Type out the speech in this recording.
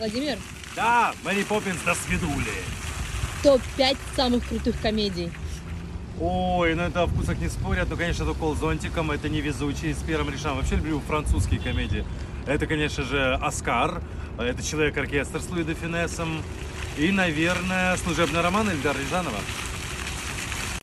Владимир, Да, Мэри Поппинс, до свидули. топ-5 самых крутых комедий. Ой, ну это о вкусах не спорят, но, конечно, это «Укол зонтиком», это «Невезучий» с Пьером Ришаром. Вообще люблю французские комедии. Это, конечно же, «Оскар», это «Человек-оркестр» с Луи де Фюнесом и, наверное, «Служебный роман» Эльдара Рязанова.